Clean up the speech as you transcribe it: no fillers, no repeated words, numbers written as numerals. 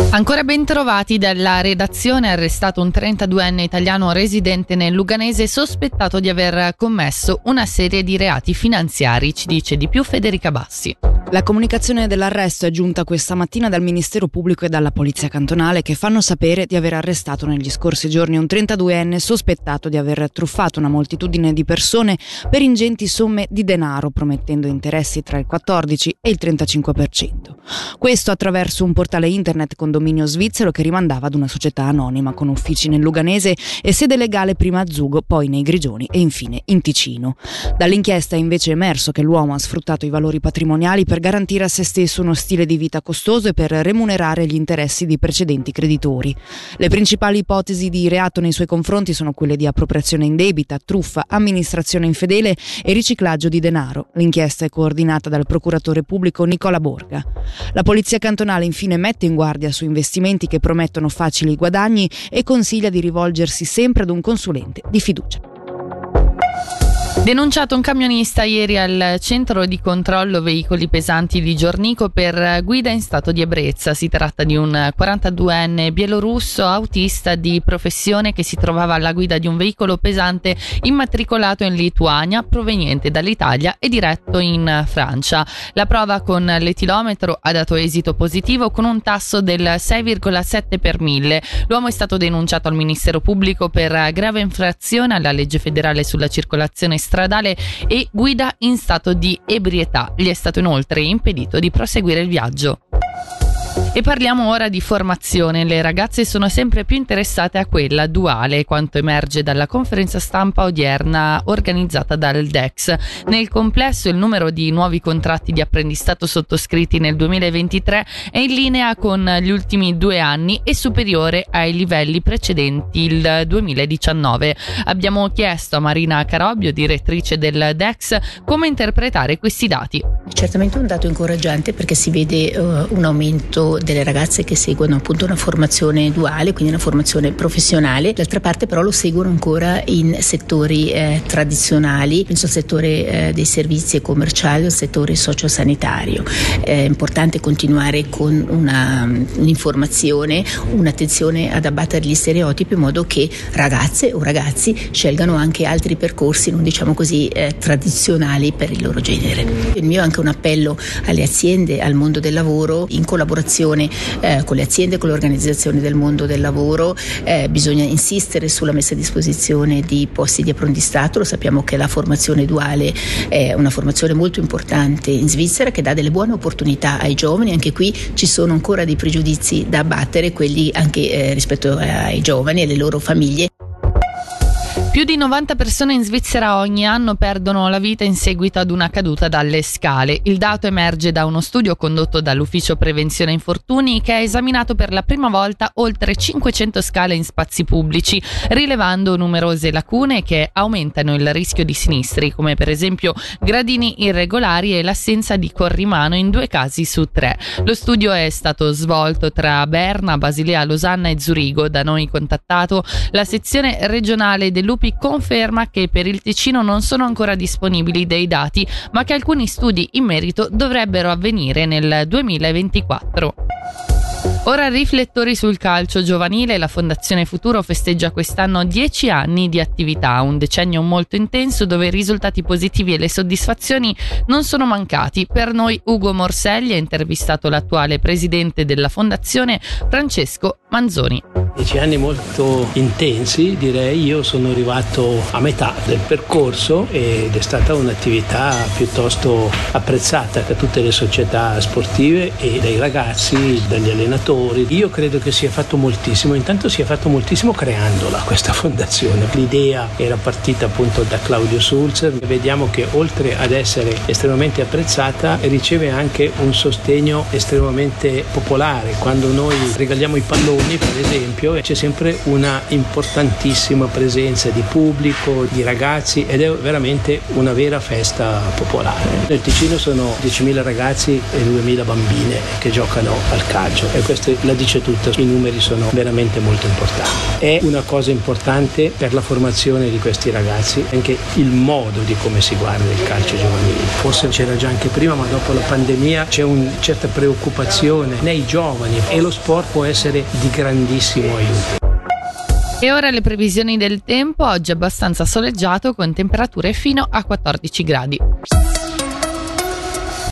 Ancora ben trovati dalla redazione. Arrestato un 32enne italiano residente nel Luganese sospettato di aver commesso una serie di reati finanziari, ci dice di più Federica Bassi. La comunicazione dell'arresto è giunta questa mattina dal Ministero Pubblico e dalla Polizia Cantonale, che fanno sapere di aver arrestato negli scorsi giorni un 32enne sospettato di aver truffato una moltitudine di persone per ingenti somme di denaro, promettendo interessi tra il 14 e il 35%. Questo attraverso un portale internet con dominio svizzero che rimandava ad una società anonima con uffici nel Luganese e sede legale prima a Zugo, poi nei Grigioni e infine in Ticino. Dall'inchiesta è invece emerso che l'uomo ha sfruttato i valori patrimoniali per garantire a se stesso uno stile di vita costoso e per remunerare gli interessi di precedenti creditori. Le principali ipotesi di reato nei suoi confronti sono quelle di appropriazione indebita, truffa, amministrazione infedele e riciclaggio di denaro. L'inchiesta è coordinata dal procuratore pubblico Nicola Borga. La Polizia Cantonale infine mette in guardia su investimenti che promettono facili guadagni e consiglia di rivolgersi sempre ad un consulente di fiducia. Denunciato un camionista ieri al centro di controllo veicoli pesanti di Giornico per guida in stato di ebbrezza. Si tratta di un 42enne bielorusso autista di professione che si trovava alla guida di un veicolo pesante immatricolato in Lituania, proveniente dall'Italia e diretto in Francia. La prova con l'etilometro ha dato esito positivo con un tasso del 6,7 per 1000. L'uomo è stato denunciato al Ministero Pubblico per grave infrazione alla legge federale sulla circolazione stradale e guida in stato di ebrietà. Gli è stato inoltre impedito di proseguire il viaggio. E parliamo ora di formazione. Le ragazze sono sempre più interessate a quella duale, quanto emerge dalla conferenza stampa odierna organizzata dal DEX. Nel complesso il numero di nuovi contratti di apprendistato sottoscritti nel 2023 è in linea con gli ultimi 2 anni e superiore ai livelli precedenti il 2019. Abbiamo chiesto a Marina Carobbio, direttrice del DEX, come interpretare questi dati. Certamente un dato incoraggiante, perché si vede un aumento delle ragazze che seguono appunto una formazione duale, quindi una formazione professionale. D'altra parte però lo seguono ancora in settori tradizionali, penso al settore dei servizi commerciali, al settore sociosanitario. È importante continuare con un'informazione, un'attenzione ad abbattere gli stereotipi, in modo che ragazze o ragazzi scelgano anche altri percorsi, non diciamo così tradizionali per il loro genere. Il mio è anche un appello alle aziende, al mondo del lavoro, in collaborazione con le aziende, con le organizzazioni del mondo del lavoro. Bisogna insistere sulla messa a disposizione di posti di apprendistato. Lo sappiamo che la formazione duale è una formazione molto importante in Svizzera, che dà delle buone opportunità ai giovani. Anche qui ci sono ancora dei pregiudizi da abbattere, quelli anche rispetto ai giovani e alle loro famiglie. Più di 90 persone in Svizzera ogni anno perdono la vita in seguito ad una caduta dalle scale. Il dato emerge da uno studio condotto dall'Ufficio Prevenzione Infortuni, che ha esaminato per la prima volta oltre 500 scale in spazi pubblici, rilevando numerose lacune che aumentano il rischio di sinistri, come per esempio gradini irregolari e l'assenza di corrimano in 2 casi su 3. Lo studio è stato svolto tra Berna, Basilea, Losanna e Zurigo. Da noi contattato, la sezione regionale dell'UPI conferma che per il Ticino non sono ancora disponibili dei dati, ma che alcuni studi in merito dovrebbero avvenire nel 2024. Ora riflettori sul calcio giovanile. La Fondazione Futuro festeggia quest'anno 10 anni di attività, un decennio molto intenso dove i risultati positivi e le soddisfazioni non sono mancati. Per noi Ugo Morselli ha intervistato l'attuale presidente della Fondazione, Francesco Manzoni. 10 anni molto intensi, direi. Io sono arrivato a metà del percorso ed è stata un'attività piuttosto apprezzata da tutte le società sportive e dai ragazzi, dagli allenatori. Io credo che sia fatto moltissimo. Intanto si è fatto moltissimo creandola questa fondazione. L'idea era partita appunto da Claudio Sulzer. Vediamo che oltre ad essere estremamente apprezzata riceve anche un sostegno estremamente popolare. Quando noi regaliamo i palloni, per esempio, esempio c'è sempre una importantissima presenza di pubblico, di ragazzi, ed è veramente una vera festa popolare. Nel Ticino sono 10.000 ragazzi e 2.000 bambine che giocano al calcio, e questo la dice tutta, i numeri sono veramente molto importanti. È una cosa importante per la formazione di questi ragazzi, anche il modo di come si guarda il calcio giovanile. Forse c'era già anche prima, ma dopo la pandemia c'è una certa preoccupazione nei giovani, e lo sport può essere di grandissimo aiuto. E ora le previsioni del tempo: oggi abbastanza soleggiato con temperature fino a 14 gradi.